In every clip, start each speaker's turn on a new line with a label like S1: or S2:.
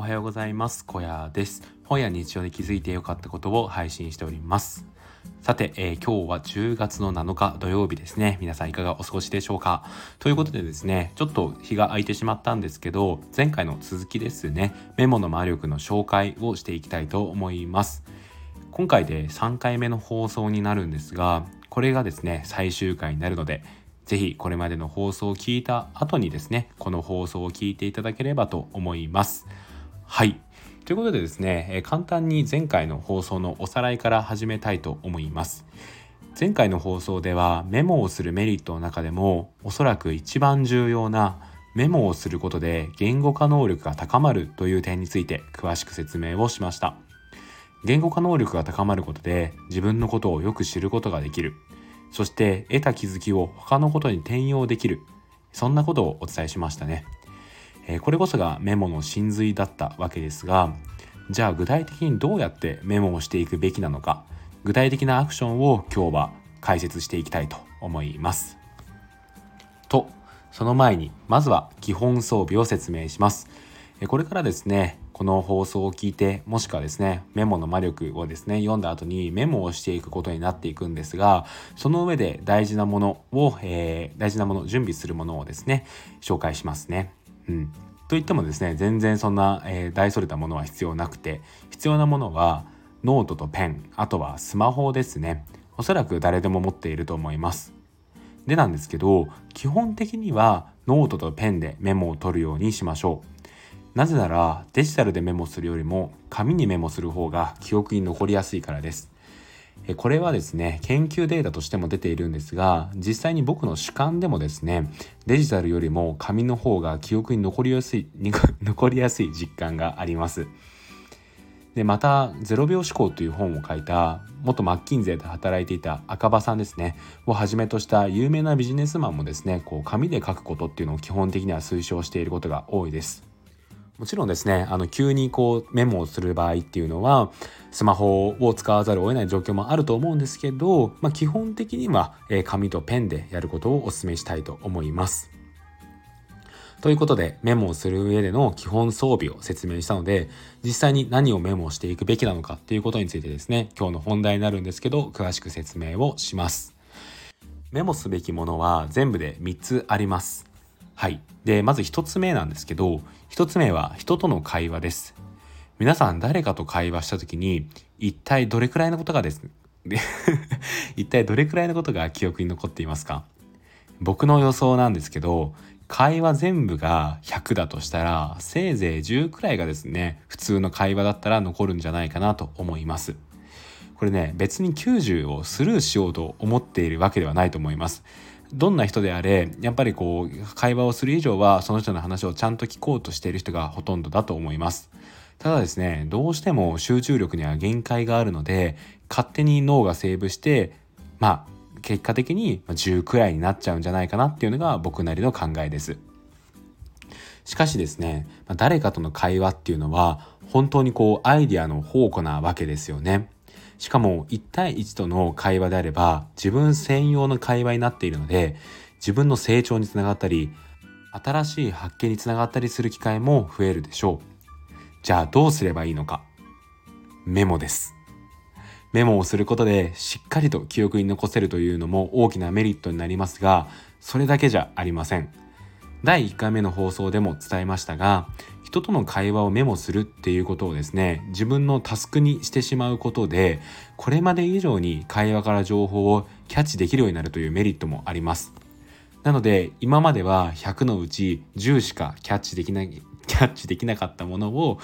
S1: はようございます。小屋です。本や日常で気づいてよかったことを配信しております。さて、今日は10月の7日土曜日ですね。皆さんいかがお過ごしでしょうか。ということでですね、ちょっと日が空いてしまったんですけど、前回の続きですね、メモの魔力の紹介をしていきたいと思います。今回で3回目の放送になるんですが、これがですね、最終回になるので、ぜひこれまでの放送を聞いた後にですね、この放送を聞いていただければと思います。はい。ということでですね、簡単に前回の放送のおさらいから始めたいと思います。前回の放送ではメモをするメリットの中でもおそらく一番重要なメモをすることで言語化能力が高まるという点について詳しく説明をしました。言語化能力が高まることで自分のことをよく知ることができる。そして得た気づきを他のことに転用できる。そんなことをお伝えしましたね。これこそがメモの真髄だったわけですが、じゃあ具体的にどうやってメモをしていくべきなのか、具体的なアクションを今日は解説していきたいと思います。その前にまずは基本装備を説明します。これからですね、この放送を聞いて、もしくはですね、メモの魔力をですね、読んだ後にメモをしていくことになっていくんですが、その上で大事なもの、準備するものをですね、紹介しますね。といってもですね、全然そんな、大それたものは必要なくて、必要なものはノートとペン、あとはスマホですね。おそらく誰でも持っていると思います。でなんですけど、基本的にはノートとペンでメモを取るようにしましょう。なぜならデジタルでメモするよりも紙にメモする方が記憶に残りやすいからです。これはですね、研究データとしても出ているんですが、実際に僕の主観でもですね、デジタルよりも紙の方が記憶に残りやすい実感があります。でまた0秒思考という本を書いた元マッキンゼーで働いていた赤羽さんですねをはじめとした有名なビジネスマンもですね、紙で書くことっていうのを基本的には推奨していることが多いです。もちろんですね、急にメモをする場合っていうのはスマホを使わざるを得ない状況もあると思うんですけど、基本的には紙とペンでやることをお勧めしたいと思います。ということで、メモをする上での基本装備を説明したので、実際に何をメモしていくべきなのかっていうことについてですね、今日の本題になるんですけど、詳しく説明をします。メモすべきものは全部で3つあります。はい。で、まず1つ目なんですけど、1つ目は人との会話です。皆さん誰かと会話した時に、一体どれくらいのことが一体どれくらいのことが記憶に残っていますか？僕の予想なんですけど、会話全部が100だとしたら、せいぜい10くらいがですね、普通の会話だったら残るんじゃないかなと思います。これね、別に90をスルーしようと思っているわけではないと思います。どんな人であれ、やっぱり会話をする以上はその人の話をちゃんと聞こうとしている人がほとんどだと思います。ただですね、どうしても集中力には限界があるので、勝手に脳がセーブして、結果的に10くらいになっちゃうんじゃないかなっていうのが僕なりの考えです。しかしですね、誰かとの会話っていうのは本当にアイデアの宝庫なわけですよね。しかも1対1との会話であれば自分専用の会話になっているので、自分の成長につながったり新しい発見につながったりする機会も増えるでしょう。じゃあどうすればいいのか。メモです。メモをすることでしっかりと記憶に残せるというのも大きなメリットになりますが、それだけじゃありません。第1回目の放送でも伝えましたが、人との会話をメモするっていうことをですね、自分のタスクにしてしまうことで、これまで以上に会話から情報をキャッチできるようになるというメリットもあります。なので今までは100のうち10しかキャッチできなかったものを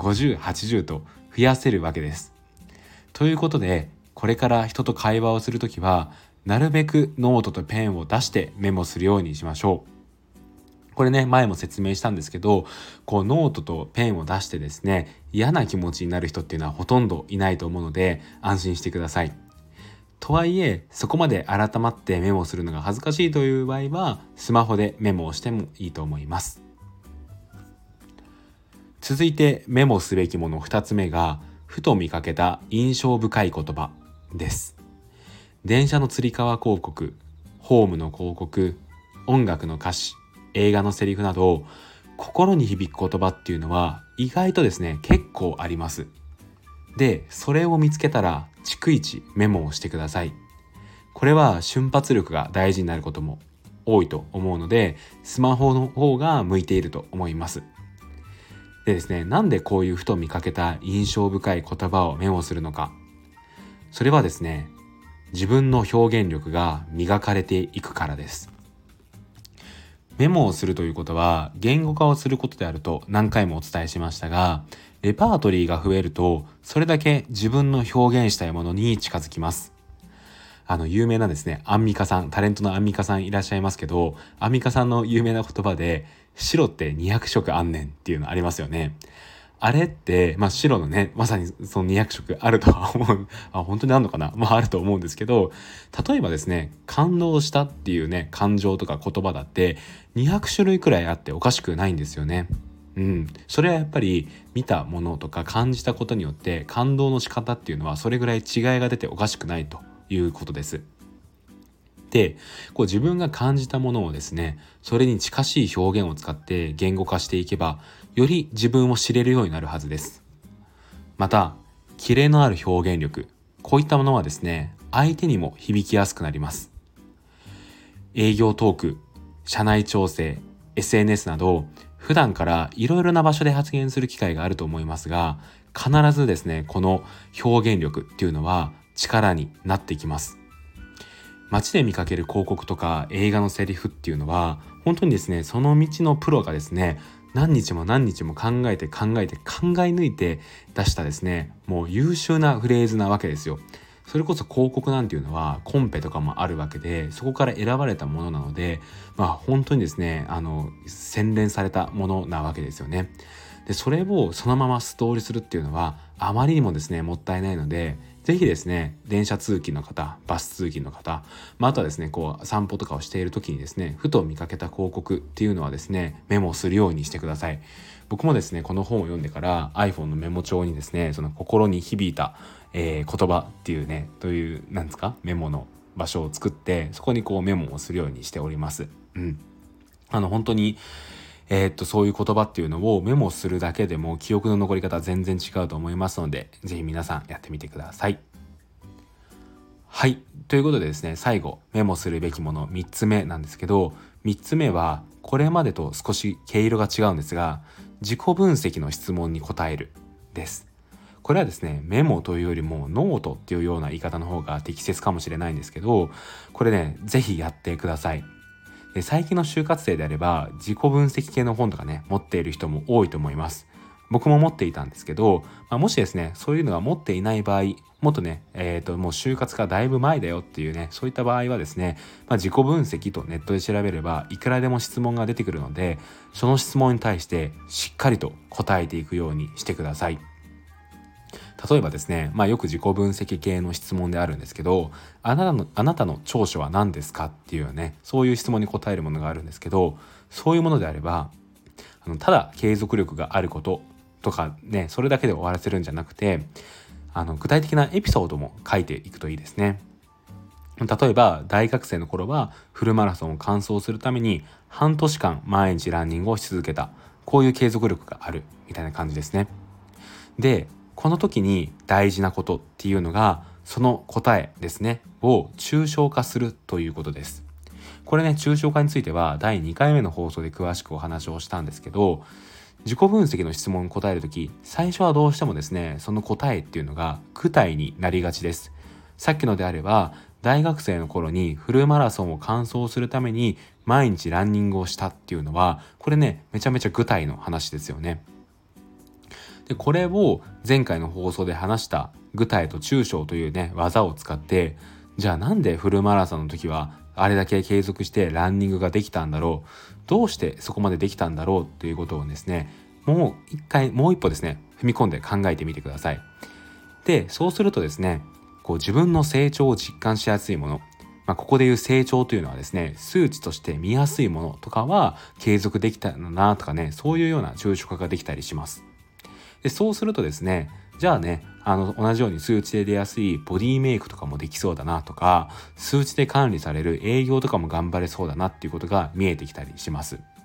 S1: 50、80と増やせるわけです。ということで、これから人と会話をするときは、なるべくノートとペンを出してメモするようにしましょう。これね、前も説明したんですけど、ノートとペンを出してですね、嫌な気持ちになる人っていうのはほとんどいないと思うので、安心してください。とはいえ、そこまで改まってメモするのが恥ずかしいという場合は、スマホでメモをしてもいいと思います。続いてメモすべきもの2つ目が、ふと見かけた印象深い言葉です。電車のつり革広告、ホームの広告、音楽の歌詞、映画のセリフなど、 心に響く言葉っていうのは意外とですね結構あります。でそれを見つけたら逐一メモをしてください。これは瞬発力が大事になることも多いと思うので、スマホの方が向いていると思います。でですね、なんでこういうふと見かけた印象深い言葉をメモするのか。それはですね、自分の表現力が磨かれていくからです。メモをするということは言語化をすることであると何回もお伝えしましたが、レパートリーが増えるとそれだけ自分の表現したいものに近づきます。有名なですね、アンミカさん、タレントのアンミカさんいらっしゃいますけど、アンミカさんの有名な言葉で白って200色あんねんっていうのありますよね。あれって、白のね、まさにその200色あるとは思う。本当にあるのかな、あると思うんですけど、例えばですね、感動したっていうね、感情とか言葉だって200種類くらいあっておかしくないんですよね。それはやっぱり見たものとか感じたことによって感動の仕方っていうのはそれぐらい違いが出ておかしくないということです。で、自分が感じたものをですね、それに近しい表現を使って言語化していけば、より自分を知れるようになるはずです。また、キレのある表現力、こういったものはですね、相手にも響きやすくなります。営業トーク、社内調整、SNS など、普段からいろいろな場所で発言する機会があると思いますが、必ずですね、この表現力っていうのは力になってきます。街で見かける広告とか映画のセリフっていうのは本当にですね、その道のプロがですね、何日も何日も考え抜いて出したですね、もう優秀なフレーズなわけですよ。それこそ広告なんていうのはコンペとかもあるわけで、そこから選ばれたものなので、本当にですね、洗練されたものなわけですよね。でそれをそのまま素通りするっていうのはあまりにもですねもったいないので、ぜひですね、電車通勤の方、バス通勤の方、あとはですね、散歩とかをしている時にですね、ふと見かけた広告っていうのはですね、メモするようにしてください。僕もですね、この本を読んでから iPhone のメモ帳にですね、その心に響いた、言葉っていうね、というなんですか、メモの場所を作って、そこにメモをするようにしております。本当にそういう言葉っていうのをメモするだけでも記憶の残り方全然違うと思いますので、ぜひ皆さんやってみてください。はい。ということでですね、最後、メモするべきもの3つ目なんですけど、3つ目はこれまでと少し毛色が違うんですが、自己分析の質問に答えるです。これはですね、メモというよりもノートっていうような言い方の方が適切かもしれないんですけど、これね、ぜひやってください。で最近の就活生であれば自己分析系の本とかね持っている人も多いと思います。僕も持っていたんですけど、もしですねそういうのが持っていない場合、もっとねもう就活がだいぶ前だよっていうね、そういった場合はですね、自己分析とネットで調べればいくらでも質問が出てくるので、その質問に対してしっかりと答えていくようにしてください。例えばですね、よく自己分析系の質問であるんですけど、あなたの長所は何ですかっていうね、そういう質問に答えるものがあるんですけど、そういうものであれば、ただ継続力があることとかね、それだけで終わらせるんじゃなくて、具体的なエピソードも書いていくといいですね。例えば大学生の頃はフルマラソンを完走するために半年間毎日ランニングをし続けた、こういう継続力があるみたいな感じですね。でこの時に大事なことっていうのが、その答えですねを抽象化するということです。これね、抽象化については第2回目の放送で詳しくお話をしたんですけど、自己分析の質問に答えるとき、最初はどうしてもですね、その答えっていうのが具体になりがちです。さっきのであれば、大学生の頃にフルマラソンを完走するために毎日ランニングをしたっていうのは、これね、めちゃめちゃ具体の話ですよね。でこれを前回の放送で話した具体と抽象というね技を使って、じゃあなんでフルマラソンの時はあれだけ継続してランニングができたんだろう、どうしてそこまでできたんだろうということをですね、もう一歩ですね踏み込んで考えてみてください。でそうするとですね、自分の成長を実感しやすいもの、ここでいう成長というのはですね、数値として見やすいものとかは継続できたのなとかね、そういうような抽象化ができたりします。でそうするとですね、じゃあね、同じように数値で出やすいボディメイクとかもできそうだなとか、数値で管理される営業とかも頑張れそうだなっていうことが見えてきたりします。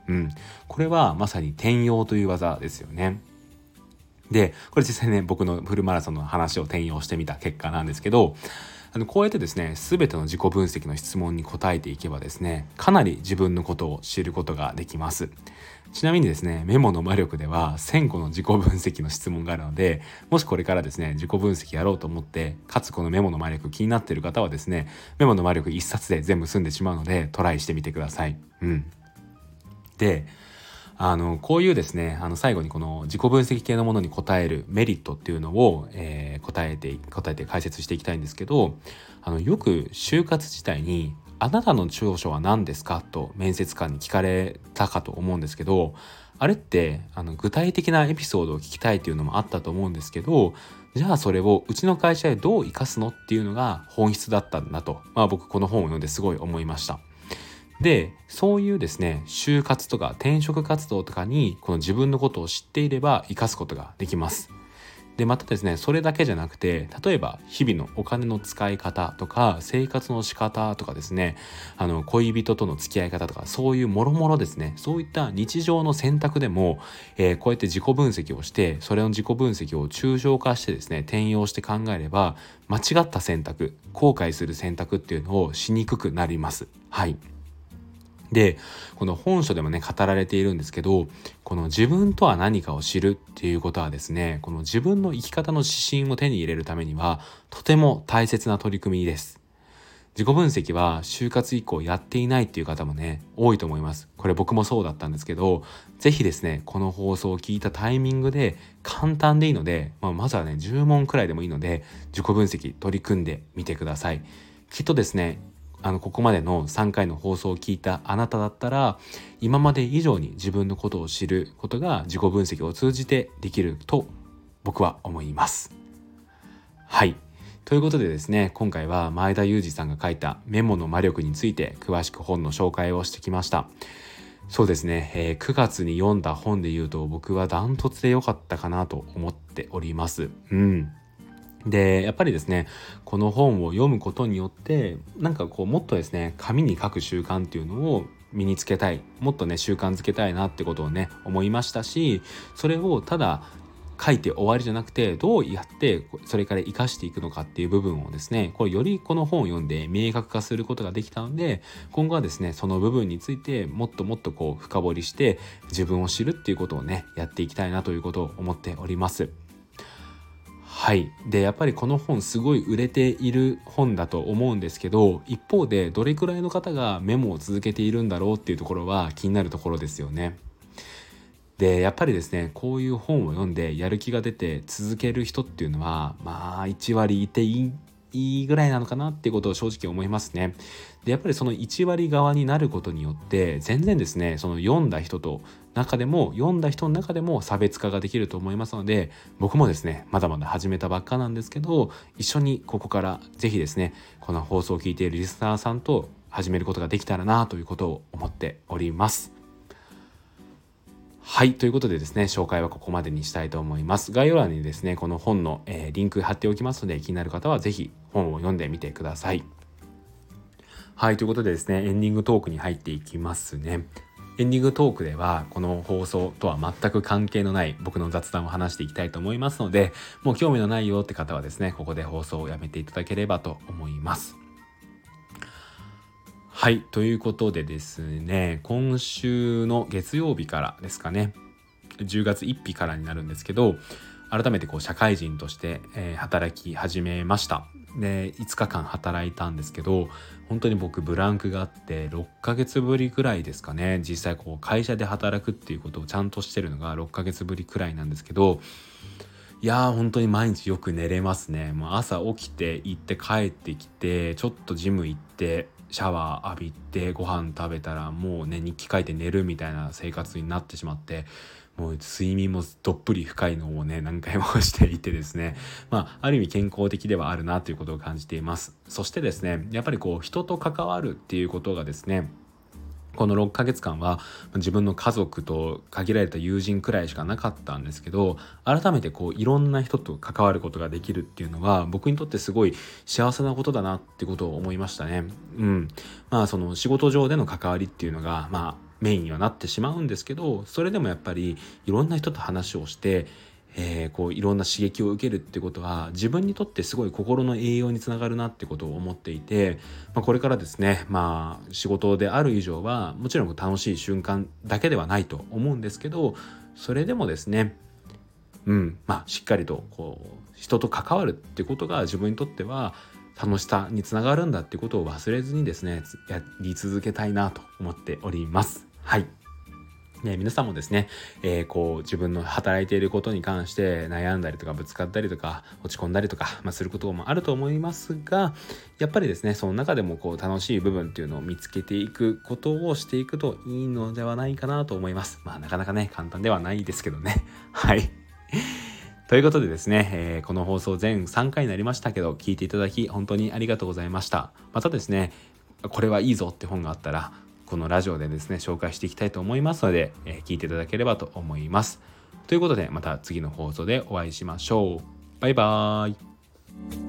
S1: これはまさに転用という技ですよね。でこれ実際ね、僕のフルマラソンの話を転用してみた結果なんですけど、こうやってですね、全ての自己分析の質問に答えていけばですね、かなり自分のことを知ることができます。ちなみにですね、メモの魔力では1000個の自己分析の質問があるので、もしこれからですね、自己分析やろうと思って、かつこのメモの魔力気になっている方はですね、メモの魔力一冊で全部済んでしまうので、トライしてみてください。で、こういうですね、最後にこの自己分析系のものに答えるメリットっていうのを、答えて解説していきたいんですけど、よく就活自体にあなたの長所は何ですかと面接官に聞かれたかと思うんですけど、あれって具体的なエピソードを聞きたいっていうのもあったと思うんですけど、じゃあそれをうちの会社でどう生かすのっていうのが本質だったんだと、僕この本を読んですごい思いました。で、そういうですね、就活とか転職活動とかにこの自分のことを知っていれば生かすことができます。で、またですね、それだけじゃなくて、例えば日々のお金の使い方とか生活の仕方とかですね、恋人との付き合い方とか、そういうもろもろですね、そういった日常の選択でも、こうやって自己分析をして、それの自己分析を抽象化してですね、転用して考えれば、間違った選択、後悔する選択っていうのをしにくくなります。はい。で、この本書でもね語られているんですけど、この自分とは何かを知るっていうことはですね、この自分の生き方の指針を手に入れるためにはとても大切な取り組みです。自己分析は就活以降やっていないっていう方もね多いと思います。これ僕もそうだったんですけど、ぜひですね、この放送を聞いたタイミングで簡単でいいので、まずはね10問くらいでもいいので自己分析取り組んでみてください。きっとですね、ここまでの3回の放送を聞いたあなただったら、今まで以上に自分のことを知ることが自己分析を通じてできると僕は思います。はい。ということでですね、今回は前田裕二さんが書いたメモの魔力について詳しく本の紹介をしてきました。そうですね、9月に読んだ本で言うと僕はダントツで良かったかなと思っております。で、やっぱりですね、この本を読むことによってもっとですね、紙に書く習慣っていうのを身につけたい、もっとね習慣づけたいなってことをね思いましたし、それをただ書いて終わりじゃなくて、どうやってそれから生かしていくのかっていう部分をですね、これよりこの本を読んで明確化することができたので、今後はですねその部分についてもっともっと深掘りして自分を知るっていうことをねやっていきたいなということを思っております。はい。で、やっぱりこの本すごい売れている本だと思うんですけど、一方でどれくらいの方がメモを続けているんだろうっていうところは気になるところですよね。で、やっぱりですね、こういう本を読んでやる気が出て続ける人っていうのは1割いていいぐらいなのかなっていうことを正直思いますね。で、やっぱりその1割側になることによって全然ですね、その読んだ人の中でも差別化ができると思いますので、僕もですねまだまだ始めたばっかなんですけど、一緒にここからぜひですね、この放送を聞いているリスナーさんと始めることができたらなということを思っております。はい。ということでですね、紹介はここまでにしたいと思います。概要欄にですね、この本の、リンク貼っておきますので、気になる方はぜひ本を読んでみてください。はい。ということでですね、エンディングトークに入っていきますね。エンディングトークではこの放送とは全く関係のない僕の雑談を話していきたいと思いますので、もう興味のないよって方はですね、ここで放送をやめていただければと思います。はい。ということでですね、今週の月曜日からですかね、10月1日からになるんですけど、改めて社会人として、働き始めました。で、5日間働いたんですけど、本当に僕ブランクがあって6ヶ月ぶりくらいですかね、実際会社で働くっていうことをちゃんとしてるのが6ヶ月ぶりくらいなんですけど、いやー本当に毎日よく寝れますね。もう朝起きて行って帰ってきて、ちょっとジム行ってシャワー浴びてご飯食べたらもうね日記書いて寝るみたいな生活になってしまって、もう睡眠もどっぷり深いのをね何回もしていてですね、ある意味健康的ではあるなということを感じています。そしてですね、やっぱり人と関わるっていうことがですね、この6ヶ月間は自分の家族と限られた友人くらいしかなかったんですけど、改めていろんな人と関わることができるっていうのは僕にとってすごい幸せなことだなってことを思いましたね。その仕事上での関わりっていうのがメインにはなってしまうんですけど、それでもやっぱりいろんな人と話をして、いろんな刺激を受けるってことは自分にとってすごい心の栄養につながるなってことを思っていて、これからですね、仕事である以上はもちろん楽しい瞬間だけではないと思うんですけど、それでもですね、しっかりと人と関わるってことが自分にとっては楽しさにつながるんだってことを忘れずにですね、やり続けたいなと思っております。はい。皆さんもですね、自分の働いていることに関して悩んだりとかぶつかったりとか落ち込んだりとか、することもあると思いますが、やっぱりですね、その中でも楽しい部分っていうのを見つけていくことをしていくといいのではないかなと思います。なかなかね、簡単ではないですけどね。はい。ということでですね、この放送全3回になりましたけど、聞いていただき本当にありがとうございました。またですね、これはいいぞって本があったら、このラジオでですね、紹介していきたいと思いますので、聞いていただければと思います。ということで、また次の放送でお会いしましょう。バイバーイ。